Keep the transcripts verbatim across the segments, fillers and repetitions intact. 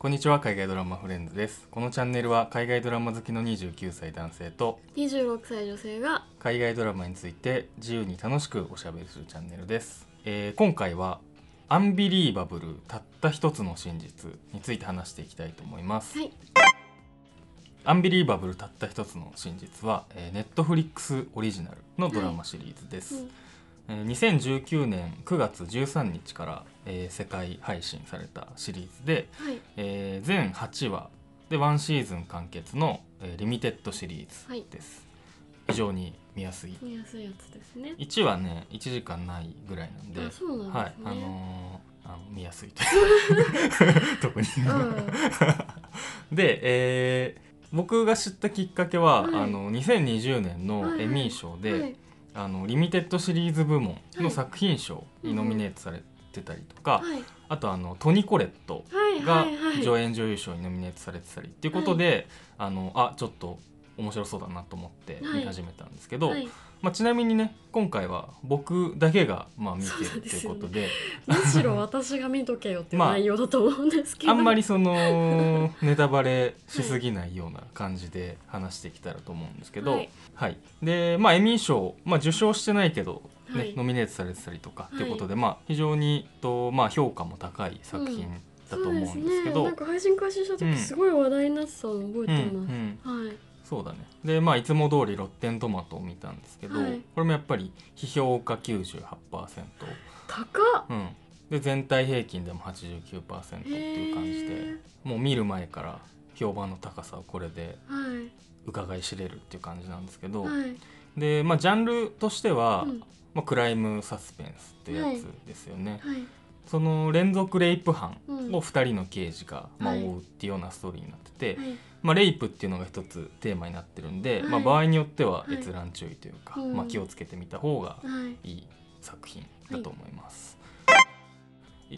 こんにちは、海外ドラマフレンズです。このチャンネルは海外ドラマ好きのにじゅうきゅうさい男性とにじゅうろくさい女性が海外ドラマについて自由に楽しくおしゃべりするチャンネルです。えー、今回はアンビリーバブルたった一つの真実について話していきたいと思います。 はい、 アンビリーバブルたった一つの真実は、えー、Netflix オリジナルのドラマシリーズです。はい、うんえー、にせんじゅうきゅうねんくがつじゅうさんにちから、えー、世界配信されたシリーズで、 はいえー、全はちわでワンシーズン完結の、えー、リミテッドシリーズです。はい、非常に見やすい見やすいやつですね。 いちわねいちじかんないぐらいなんで、 あ、そうなんですね。 はい、あのー、あの見やすいと特にで、えー、僕が知ったきっかけは、はい、あのにせんにじゅうねんのエミー賞で、はいはい、あのリミテッドシリーズ部門の作品賞にノミネートされてたりとか、はい、あとあのトニコレットが助演女優賞にノミネートされてたりっていうことで、はい、あのあちょっと面白そうだなと思って見始めたんですけど、はいはいまあ、ちなみにね今回は僕だけがまあ見てるということで、 ね、むしろ私が見とけよっていう内容だと思うんですけど、 まあ、あんまりそのネタバレしすぎないような感じで話してきたらと思うんですけど、はいはい、でまあエミー賞、まあ、受賞してないけど、ねはい、ノミネートされてたりとかっていうことで、はいまあ、非常にと、まあ、評価も高い作品だと思うんですけど、うんそうですね、 なんか配信開始した時すごい話題になってたの覚えてます、うんうんはいそうだね。でまあいつも通りロッテントマトを見たんですけど、はい、これもやっぱり批評家 きゅうじゅうはちパーセント高っ、 うん、で全体平均でも はちじゅうきゅうパーセント っていう感じでもう見る前から評判の高さをこれで伺い知れるっていう感じなんですけど、はい、でまあジャンルとしては、うんまあ、クライムサスペンスってやつですよね、はいはい、その連続レイプ犯をふたりの刑事が、まあ、追うっていうようなストーリーになってて、はいまあ、レイプっていうのが一つテーマになってるんで、はいまあ、場合によっては閲覧注意というか、はいまあ、気をつけてみた方がいい作品だと思います、はい、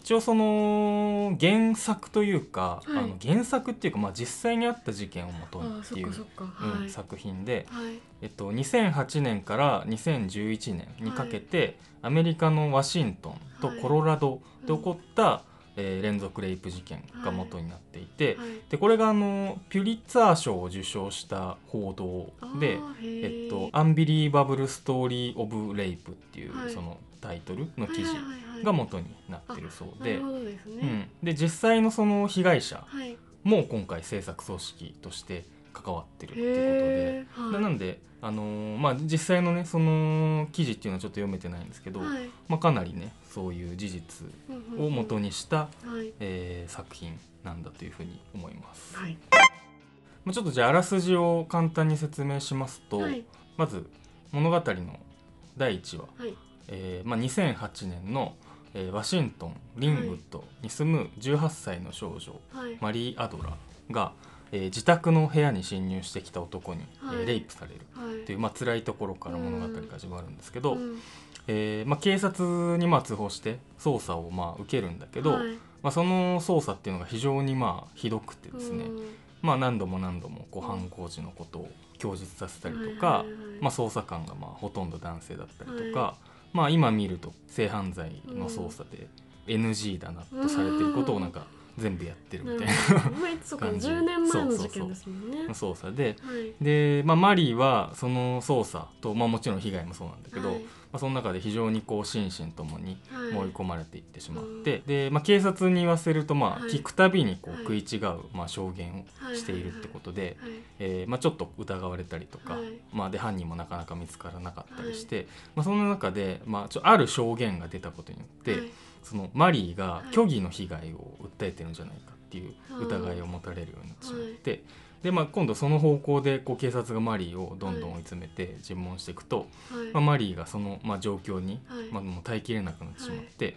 一応その原作というか、はい、あの原作っていうか、まあ、実際にあった事件をもとにっていう、うん、作品で、はいえっと、にせんはちねんからにせんじゅういちねんにかけて、はい、アメリカのワシントンとコロラドで起こった、はいえー、連続レイプ事件が元になっていて、はい、でこれがあのピュリッツァー賞を受賞した報道で、えっと、アンビリーバブルストーリー・オブ・レイプっていう、はい、そのタイトルの記事が元になってるそうで、で実際のその被害者も今回制作組織として関わってるっていうことで、はい、なんで、あのーまあ、実際のねその記事っていうのはちょっと読めてないんですけど、はいまあ、かなりねそういう事実を元にした、うんうんうんえー、作品なんだというふうに思います、はいまあ、ちょっとじゃああらすじを簡単に説明しますと、はい、まず物語のだいいちわ、はいえーまあ、にせんはちねんのえー、ワシントン・リンウッドに住むじゅうはっさいの少女、はい、マリー・アドラが、えー、自宅の部屋に侵入してきた男に、はいえー、レイプされるという、はいまあ辛いところから物語が始まるんですけど、うんえーまあ、警察にまあ通報して捜査をまあ受けるんだけど、はいまあ、その捜査っていうのが非常にまあひどくてですね、うんまあ、何度も何度もこう犯行時のことを供述させたりとか、はいはいはいまあ、捜査官がまあほとんど男性だったりとか、はいまあ、今見ると性犯罪の捜査で エヌジー だなとされてることをなんか全部やってるみたいな、 うん、感じじゅうねんまえの事件ですもんね。 捜査で、はい、で、まあ、マリーはその捜査と、まあ、もちろん被害もそうなんだけど、はいまあ、その中で非常にこう心身ともに追い込まれていってしまって、はい、で、まあ、警察に言わせると、まあ、聞くたびにこう食い違う、まあ、証言をしているってことで、えーまあ、ちょっと疑われたりとか、はいまあ、で犯人もなかなか見つからなかったりして、はいまあ、その中で、まあ、ちょある証言が出たことによって、はいそのマリーが虚偽の被害を訴えてるんじゃないかっていう疑いを持たれるようになってしまって、はい、でまあ、今度その方向でこう警察がマリーをどんどん追い詰めて尋問していくと、はいまあ、マリーがその、まあ、状況に、はいまあ、もう耐えきれなくなってしまって、はい、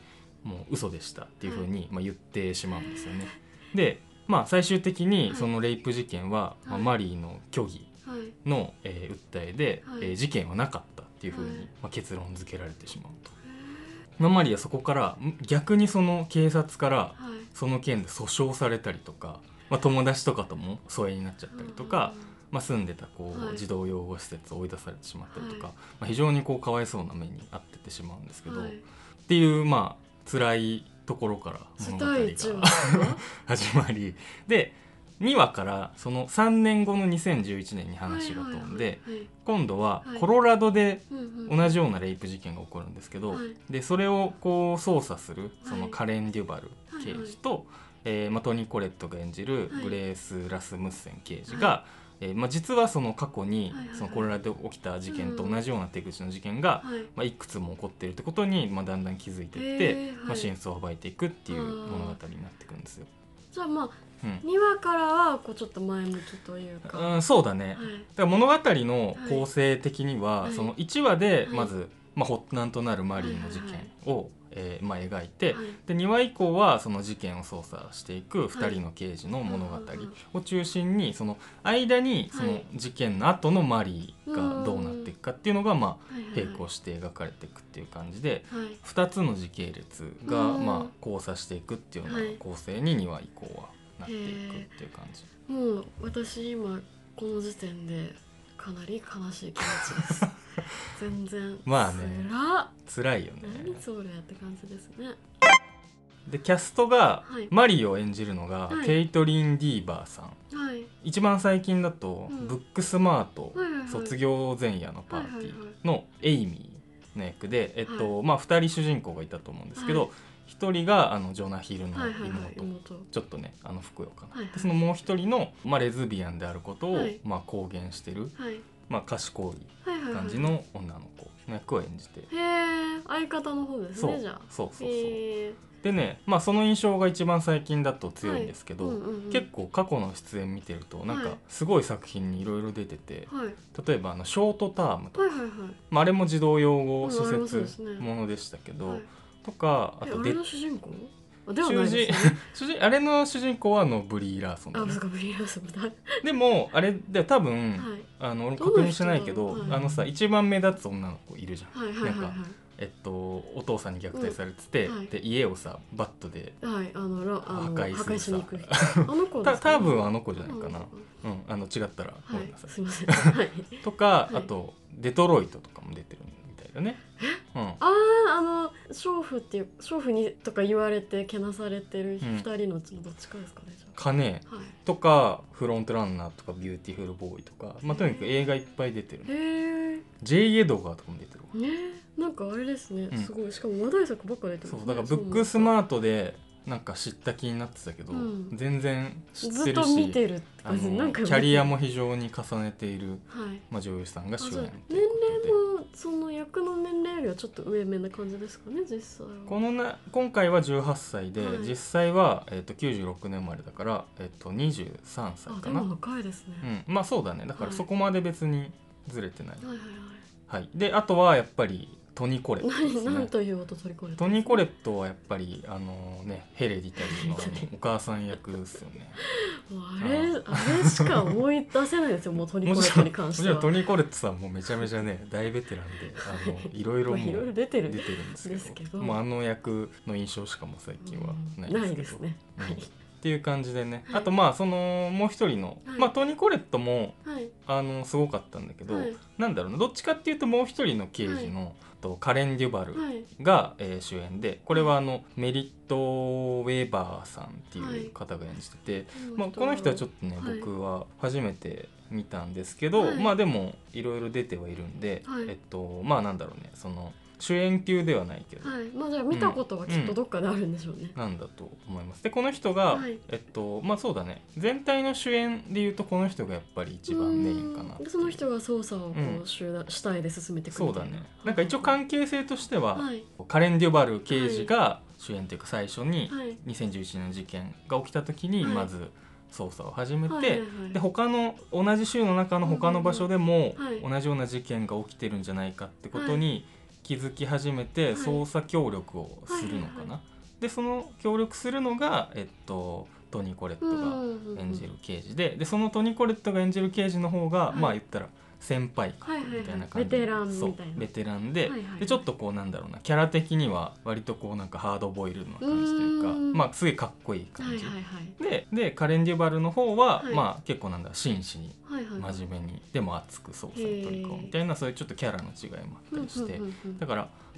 もう嘘でしたっていうふうに、まあ、言ってしまうんですよね。で、まあ、最終的にそのレイプ事件は、はいまあ、マリーの虚偽の、えー、訴えで、はいえー、事件はなかったっていうふうに、まあ、結論付けられてしまうと。マリーはそこから逆にその警察からその件で訴訟されたりとか、まあ、友達とかとも疎遠になっちゃったりとか、まあ、住んでたこう児童養護施設を追い出されてしまったりとか、まあ、非常にこうかわいそうな目に遭っててしまうんですけど、っていうまあ辛いところから物語第一話が始まりでにわからそのさんねんごのにせんじゅういちねんに話が飛んで、 はいはいはいはい、 今度はコロラドでうん同じようなレイプ事件が起こるんですけど、 はい、 でそれをこう捜査するそのカレン・デュバル刑事と、 はいはいえーまあ、トニー・コレットが演じるはいグレース・ラスムッセン刑事が、 はえーまあ、実はその過去にはいはいはいそのコロラドで起きた事件と同じような手口の事件が、 はいまあ、いくつも起こっているってことに、まあ、だんだん気づいていって、 へーはいまあ、真相を暴いていくっていう物語になっていくんですよ。 じゃあまあうんにわからはこうちょっと前向きというか、 うん、そうだね、 はい、 だから物語の構成的には、 はいそのいちわではいまず、まあ、発端となるマリーの事件を、えーまあ、描いて、 はいでにわ以降はその事件を捜査していくふたりの刑事の物語を中心にその間にその事件の後のマリーがどうなっていくかっていうのが、まあ、 はいはい並行して描かれていくっていう感じではいふたつの時系列が、 うんまあ、交差していくっていうような構成ににわ以降はなっていくっていう感じ。 もう私今この時点でかなり悲しい気持ちです全然まあねつらっ辛いよね。 何それって感じですね。 でキャストがはいマリーを演じるのがはいケイトリン・ディーバーさん、 はい一番最近だと、 うんブックスマートはいはいはい卒業前夜のパーティーのエイミーの役で、えっとはまあ、ふたり主人公がいたと思うんですけど、 はいひとりがあのジョナヒルのはいはいはい妹、 妹ちょっとねあのふくよかな、 はいはいでそのもう一人の、まあ、レズビアンであることを、 はいまあ、公言してる、 はいまあ、賢いはいはいはい感じの女の子の役を演じて、 へえ相方の方ですそうねじゃあそうそうそう、 へえでね、まあ、その印象が一番最近だと強いんですけど、 はいうんうんうん結構過去の出演見てるとなんかはいすごい作品にいろいろ出てて、 はい例えばあのショートタームとか、 はいはいはいまあ、あれも児童養護施うんあれもそう設ですねものでしたけど、 はいとかあえとであれの主人公あではない主人ですよね主人あれの主人公はあのブリー・ラーソンだねあそうかブリーラースもだはいでもあれで多分、あの俺確認してないけど、 どの人だろうはいあのさ一番目立つ女の子いるじゃん、 はいはいはいなんかえっと、お父さんに虐待されてて、 うんはいで家をさバットではいあのラあの破壊するさしに行く人あの子でたすか、ね、 多分あの子じゃないかな、 ううんあの違ったらごはいめんなさい、 すいませんはいとか、 はいあとデトロイトとかも出てるみたいだね、うん、 あああの娼婦っていう娼婦にとか言われてけなされてる二人のうちのどっちかですかね、じかねゃあはいとかフロントランナーとかビューティフルボーイとか、まあ、とにかく映画いっぱい出てる、 へえジェイ エドガーとかも出てるわ、 ねなんかあれですね、 うんすごいしかも話題作ばっか出てますね。 そうだからブックスマートでなんか知った気になってたけど、 うん全然知ってずっるしと見てるってあ感じのなんかキャリアも非常に重ねている、 はいまあ、女優さんが主あじゃあ演と年いうことで齢もその役の年齢よりはちょっと上目な感じですかね実際は。 このな今回はじゅうはっさいで、 はい実際は、えー、ときゅうじゅうろくねん生まれだから、えー、とにじゅうさんさいかな、 あでも若いですね。 うん、まあそうだねだからはいそこまで別にずれてない、 はいはいはい、であとはやっぱりトニー・コレットではい。 すね何何という音取り込れてトニー・コレットはやっぱりあのねヘレディタリーのあのお母さん役ですよねもうあれあれしか思い出せないですよもう取り込れもちろんてに関しては。 もちろんトニー・コレットさんもめちゃめちゃね大ベテランであのいろいろもうまあいろいろ出てる出てるんですけどですけどもうあの役の印象しかもう最近はないないですけどですね。 うんはいっていう感じでね、 はいあとまあそのもう一人の、 はいまあトニー・コレットもはいあのすごかったんだけど、 はいなんだろうなどっちかっていうともう一人の刑事の、とカレン・デュバルはいが、えー主演でこれはあのメリット・ウェーバーさんっていう方が演じてて、まあ、この人はちょっとね、 はい僕は初めて見たんですけど、 はいまあでもいろいろ出てはいるんで、 はいえっとまあなんだろうねその主演級ではないけど、 はいまあじゃあ見たことはきっとどっかであるんでしょうね。 なんだと思います。でこの人が、 はいえっとまあそうだね全体の主演でいうとこの人がやっぱり一番メインかなっていう。 でその人が捜査をこうんう主主体で進めていくみたいな。 そうだねなんか一応関係性としては、 はいカレン・デュバル刑事が主演というか最初にはいにせんじゅういちねんの事件が起きた時にはいまず捜査を始めて、 はいはいはいで他の同じ州の中の他の場所でもうんうんうん同じような事件が起きてるんじゃないかってことに気づき始めてはい捜査協力をするのかな。 はいはいはでその協力するのが、えっと、トニー・コレットが演じる刑事ででそのトニー・コレットが演じる刑事の方が、 はいまあ言ったら先輩かはいはいはいみたいな感じで、 ベテランみたいなそうベテランで,、 はいはいはいでちょっとこうなんだろうなキャラ的には割とこうなんかハードボイルドな感じというかうーんまあすげえかっこいい感じ、 はいはいはいででカレン・デュバルの方は、 はいまあ結構なんだ真摯にはいはい真面目にでも熱く捜査に取り込むみたいなそういうちょっとキャラの違いもあったりして、 うんうんうんうんだから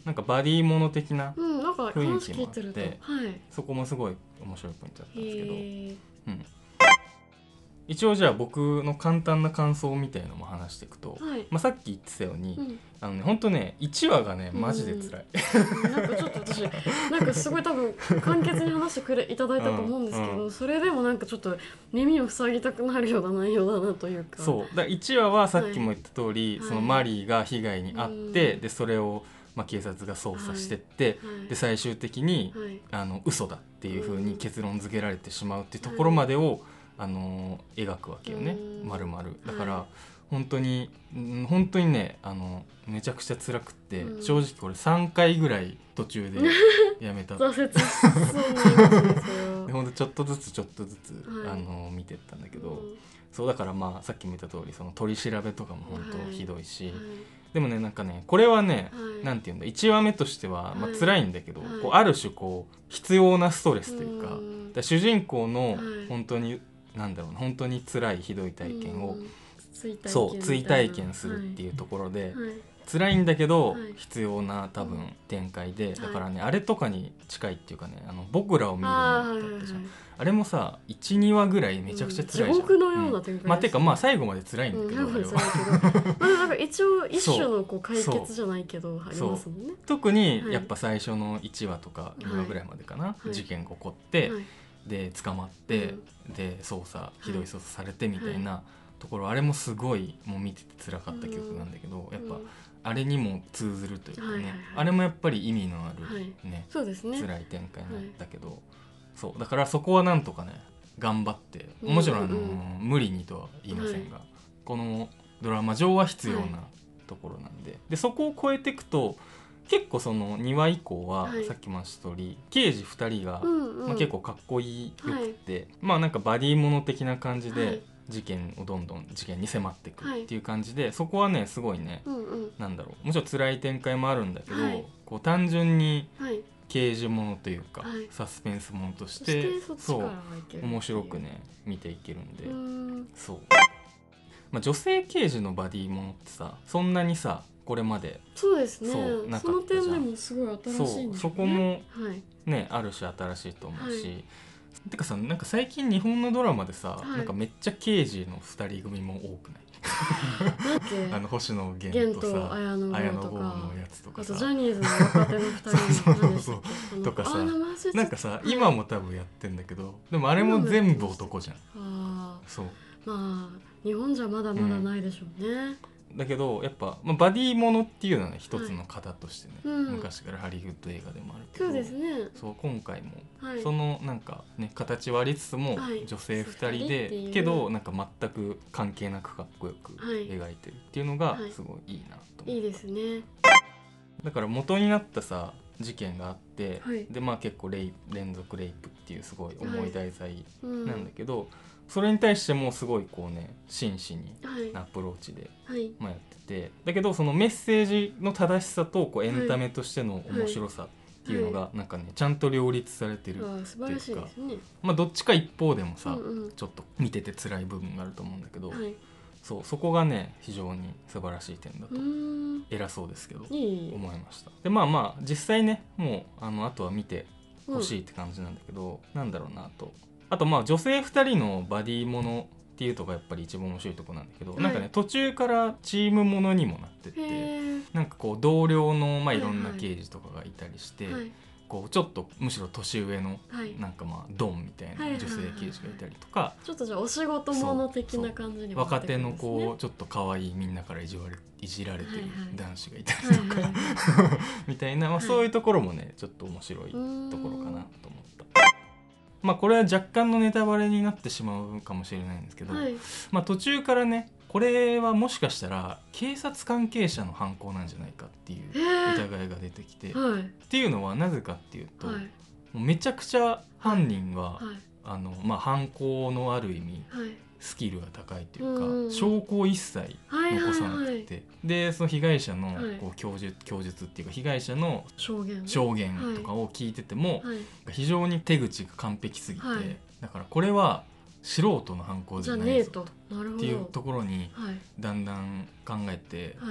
なんかバディもの的なうん、なんか雰囲話気もあって、 聞いてると、はい、 そこもすごい面白いポイントだったんですけど、 へーうん、一応じゃあ僕の簡単な感想みたいのも話していくと、 はい、 まあ、さっき言ってたように、 うん、 あのねほんとねいちわがねマジで辛い、 なんかちょっと私なんかすごい多分簡潔に話してくれいただいたと思うんですけど、 うんうん、 それでもなんかちょっと耳を塞ぎたくなるような内容だなというか、 そうだいちわはさっきも言った通り、 はい、 そのマリーが被害に遭って、 はい、 でそれをまあ警察が捜査してって、 はい、 で最終的に、 はい、 あの嘘だっていう風に結論付けられてしまうっていうところまでを、はい、あの描くわけよね、丸々だから、はい、本当に本当にねあのめちゃくちゃ辛くって、正直これさんかいぐらい途中でやめた挫折しそうになりますねそれは。 でほんとちょっとずつちょっとずつ、はい、あの見てったんだけど、うん、そうだからまあさっきも言った通りその取り調べとかも本当ひどいし、はいはい、でもねなんかねこれはね、はい、なんていうんだいちわめとしては、まあ辛いんだけど、はい、こうある種こう必要なストレスというか、うん、だ主人公の本当に、はい、なんだろうな本当に辛いひどい体験を、うん、追体験そう追体験するっていうところで、はいはい、辛いんだけど、はい、必要な多分展開で、うん、だからね、はい、あれとかに近いっていうかねあの僕らを見るのだったじゃん あ,、はいはい、あれもさ いち,に 話ぐらいめちゃくちゃ辛いじゃん、うん、 地獄のような展開です、ね、 うん、まあてかまあ最後まで辛いんだけど、うん、あれはまあなんか一応一種のこう解決じゃないけどありますもんね。 特にやっぱ最初のいちわとかにわぐらいまでかな、はい、事件が起こって、はい、で捕まって、うん、で捜査ひどい捜査されてみたいな、はい、ところあれもすごいもう見てて辛かった曲なんだけど、うん、やっぱあれにも通ずるというかね、はいはいはい、あれもやっぱり意味のある、ねはい、そうですね、辛い展開なんだけど、はい、そうだからそこはなんとかね頑張ってもちろんあの、うんうん、無理にとは言いませんが、はい、このドラマ上は必要なところなんで、はい、でそこを超えていくと結構そのにわ以降は、はい、さっきも言った通り刑事ふたりが、うんうんまあ、結構かっこいいよくって、はい、まあなんかバディもの的な感じで、はい事件をどんどん事件に迫っていくっていう感じで、はい、そこはねすごいね、うんうん、なんだろうもちろん辛い展開もあるんだけど、はい、こう単純に刑事ものというか、はい、サスペンスものとしてそう面白くね見ていけるんでうんそう、まあ、女性刑事のバディものってさそんなにさこれまでそうですねそうなかったじゃん。その点でもすごい新しいんですね。 そうそこもね、はい、ある種新しいと思うし、はいてかさなんか最近日本のドラマでさ、はい、なんかめっちゃ刑事のふたり組も多くないあの星野源とさ綾野剛のやつとかさあとジャニーズの若手のふたりそうそうそうとかさなんかさ、はい、今も多分やってんだけどでもあれも全部男じゃん。あそうまあ日本じゃまだまだないでしょうね、うんだけどやっぱ、まあ、バディものっていうのはね一つの型としてね、はいうん、昔からハリウッド映画でもあるけどそうですねそう今回も、はい、そのなんかね形はありつつも、はい、女性ふたりでけどなんか全く関係なくかっこよく描いてるっていうのがすごいいいなと思って、 はい、いいですね。 だから元になったさ事件があって、はい、でまあ結構レイ連続レイプっていうすごい重い題材なんだけど、はいうんそれに対してもすごいこうね真摯になアプローチで、はいまあ、やっててだけどそのメッセージの正しさとこうエンタメとしての面白さっていうのがなんかねちゃんと両立されてるっていうか、素晴らしいですね。まあどっちか一方でもさ、うんうん、ちょっと見てて辛い部分があると思うんだけど、はい、そうそこがね非常に素晴らしい点だと偉そうですけど思いました。でまあまあ実際ねもう あのあとは見てほしいって感じなんだけど、うん、なんだろうなとあとまあ女性ふたりのバディものっていうとこがやっぱり一番面白いとこなんだけど、はい、なんかね途中からチームものにもなってってなんかこう同僚のまあいろんな刑事とかがいたりして、はいはい、こうちょっとむしろ年上のなんかまあドンみたいな女性刑事がいたりとか、はいはいはいはい、 ちょっとじゃあお仕事もの的な感じにもなってくるんですね。若手のこうちょっと可愛いみんなからいじわれいじられてる男子がいたりとか、はいはい、みたいな、まあ、そういうところもねちょっと面白いところかなと思った。まあこれは若干のネタバレになってしまうかもしれないんですけど、はい、まあ途中からねこれはもしかしたら警察関係者の犯行なんじゃないかっていう疑いが出てきて、はい、っていうのはなぜかっていうと、はい、もうめちゃくちゃ犯人は、はいあのまあ、犯行のある意味、はいスキルが高いというか、うん、証拠を一切残さなくて、はいはいはい、でその被害者のこう供述、供述っていうか被害者の証言、証言とかを聞いてても、はい、非常に手口が完璧すぎて、はい、だからこれは素人の犯行じゃないぞっていうところにだんだん考えて、はい、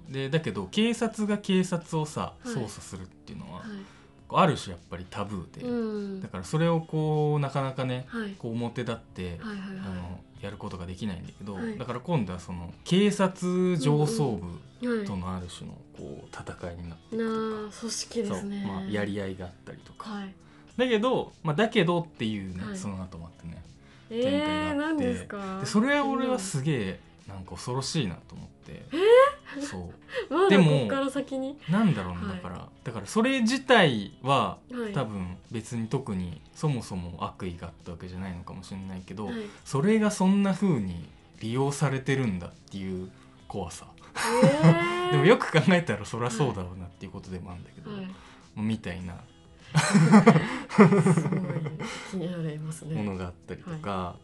でだけど警察が警察をさ、はい、捜査するっていうのは、はい、ある種やっぱりタブーで、うん、だからそれをこうなかなかね、はい、こう表立って、はいはいはい、あのやることができないんだけど、はい、だから今度はその警察上層部とのある種のこう戦いになっていくとか、 うんはい、組織ですね、 まあ、やり合いがあったりとか、 はい、 だけど、まあ、だけどっていうね、はい、その後もあってね展開があって、えー、何ですか？ でそれは俺はすげえなんか恐ろしいなと思って、 えー、 そうまだここから先になんだろうね、はい、だからだからそれ自体は、はい、多分別に特にそもそも悪意があったわけじゃないのかもしれないけど、はい、それがそんな風に利用されてるんだっていう怖さ、えー、でもよく考えたらそりゃそうだろうなっていうことでもあるんだけど、はい、みたいなすごい気になりますねものがあったりとか、はい、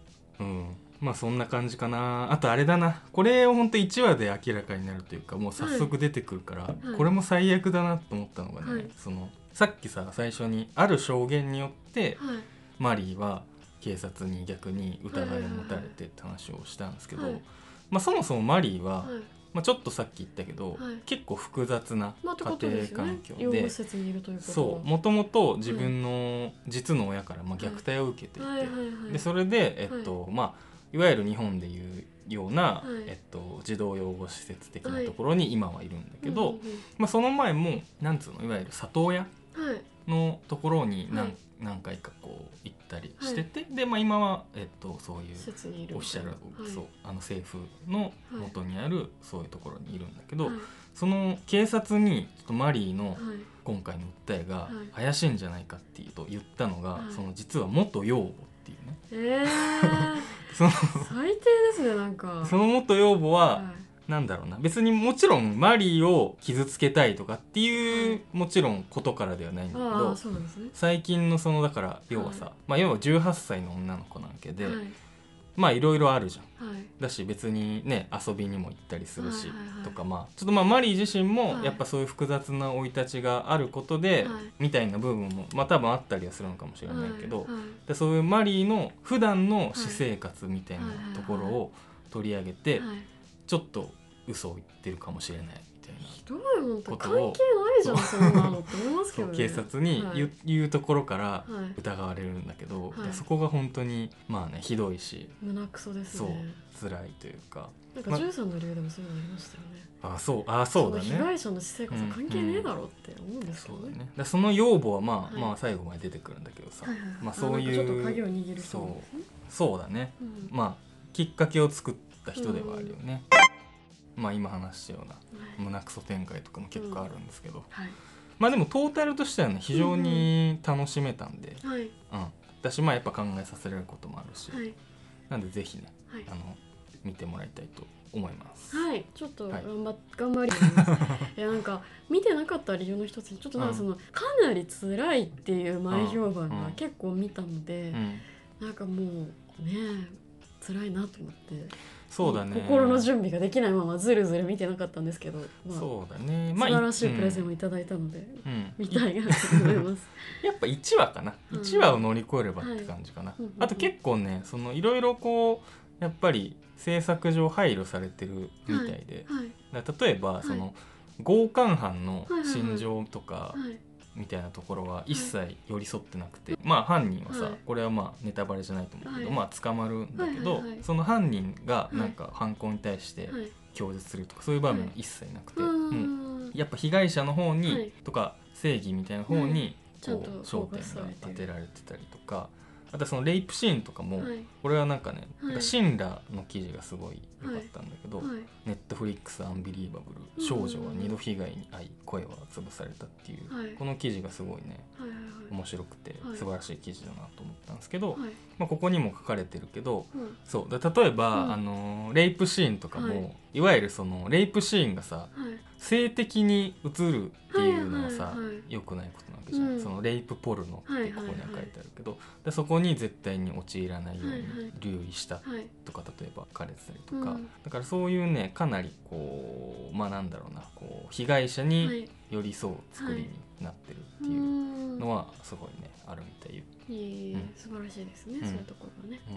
うんまあそんな感じかな。あとあれだな、これをほんといちわで明らかになるというかもう早速出てくるから、はい、これも最悪だなと思ったのがね、はい、そのさっきさ最初にある証言によって、はい、マリーは警察に逆に疑いを持たれてって話をしたんですけど、はいはいはい、まあ、そもそもマリーは、はい、まあ、ちょっとさっき言ったけど、はい、結構複雑な家庭環境で、もともと自分の実の親からまあ虐待を受けていて、でそれで、えっとはいまあ、いわゆる日本でいうような、はいえっと、児童養護施設的なところに今はいるんだけど、はいまあ、その前もなんつうのいわゆる里親のところに何、はい、何回かこう行ったりしてて、はい、で、まあ、今は、えっと、そういうオフィシャル、はい、そうあの政府の元にあるそういうところにいるんだけど、はい、その警察にちょっとマリーの今回の訴えが怪しいんじゃないかっていうと言ったのが、はい、その実は元養母っていうね、えー、その最低ですね。なんかその元養母は、はい、なんだろうな、別にもちろんマリーを傷つけたいとかっていう、はい、もちろんことからではないんだけど、 そうですね、 最近のそのだから要はさ、はいまあ、要はじゅうはっさいの女の子なわけで、はい、まあいろいろあるじゃん、はい、だし別にね遊びにも行ったりするし、はいはいはい、とかまあちょっとまあマリー自身もやっぱそういう複雑な生い立ちがあることで、はい、みたいな部分もまあ多分あったりはするのかもしれないけど、はいはい、でそういうマリーの普段の私生活みたいなところを取り上げて、はいはいはい、ちょっと嘘を言ってるかもしれないみたいなひどいことを関係ないじゃんそんなのって思いますけどね警察に言う、はい、言うところから疑われるんだけど、はい、そこが本当にまあねひどいし胸クソですね。 そう辛いというか、 なんかじゅうさんの理由でもそういうのありましたよね。 ああそうああそうだね。 その被害者の私生活は関係ねえだろうって思うんですけどね、 うんうん、そうだね。だその養母はまあ、はい、まあ最後まで出てくるんだけどさ、はいはいはい、まあそういうちょっと鍵を握る人なんですね。 そうそうだね、うん、まあきっかけを作った人ではあるよね、うん、まあ今話したような胸クソ展開とかも結構あるんですけど、うんはい、まあでもトータルとしてはね非常に楽しめたんで、うんうん、私まあやっぱ考えさせられることもあるし、はい、なんでぜひね、はい、あの見てもらいたいと思います。 はい、ちょっと頑張、はい、頑張ります。いやなんか見てなかった理由の一つにちょっとなんかその、うん、かなり辛いっていう前評判が結構見たので、うんうん、なんかもうね辛いなと思って。 そうだね、 心の準備ができないままずるずる見てなかったんですけど、 まあ、そうだね、 まあ、素晴らしいプレゼンをいただいたので、うん、見たいなと思いますやっぱいちわかな、うん、いちわを乗り越えればって感じかな、はい、あと結構ねそのいろいろこうやっぱり制作上配慮されてるみたいで、はいはい、だ例えばその、はい、強姦犯の心情とか、はいはいはいみたいなところは一切寄り添ってなくて、はい、まあ犯人はさ、はい、これはまあネタバレじゃないと思うけど、はい、まあ捕まるんだけど、はいはいはい、その犯人がなんか犯行に対して供述するとかそういう場面は一切なくて、はい、もうやっぱ被害者の方に、はい、とか正義みたいな方にこう焦点が当てられてたりとか、あとそのレイプシーンとかも、はい、これはなんかね、はい、なんかシンラの記事がすごい良かったんだけど、はい、ネットフリックスアンビリーバブル少女は二度被害に遭い声は潰されたっていう、はい、この記事がすごいね、はいはいはい、面白くて素晴らしい記事だなと思ったんですけど、はい、まあ、ここにも書かれてるけど、はい、そうだ例えば、うん、あのレイプシーンとかも、はい、いわゆるそのレイプシーンがさ、はい、性的に映るっていうのはさ、はいはいはい、良くないことなわけじゃん、うん、そのレイプポルノってここには書いてあるけど、はいはいはい、でそこに絶対に陥らないように留意したとか例えば書かれてたりとか、はい、だからそういうねかなりこうまあなんだろうなこう被害者に寄り添う作りになってるっていうのはすごいねあるみたいよ。 いい、うん、素晴らしいですね、うん、そういうところがね、うん、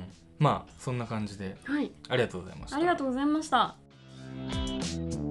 まあそんな感じで、はい、ありがとうございました。 ありがとうございました。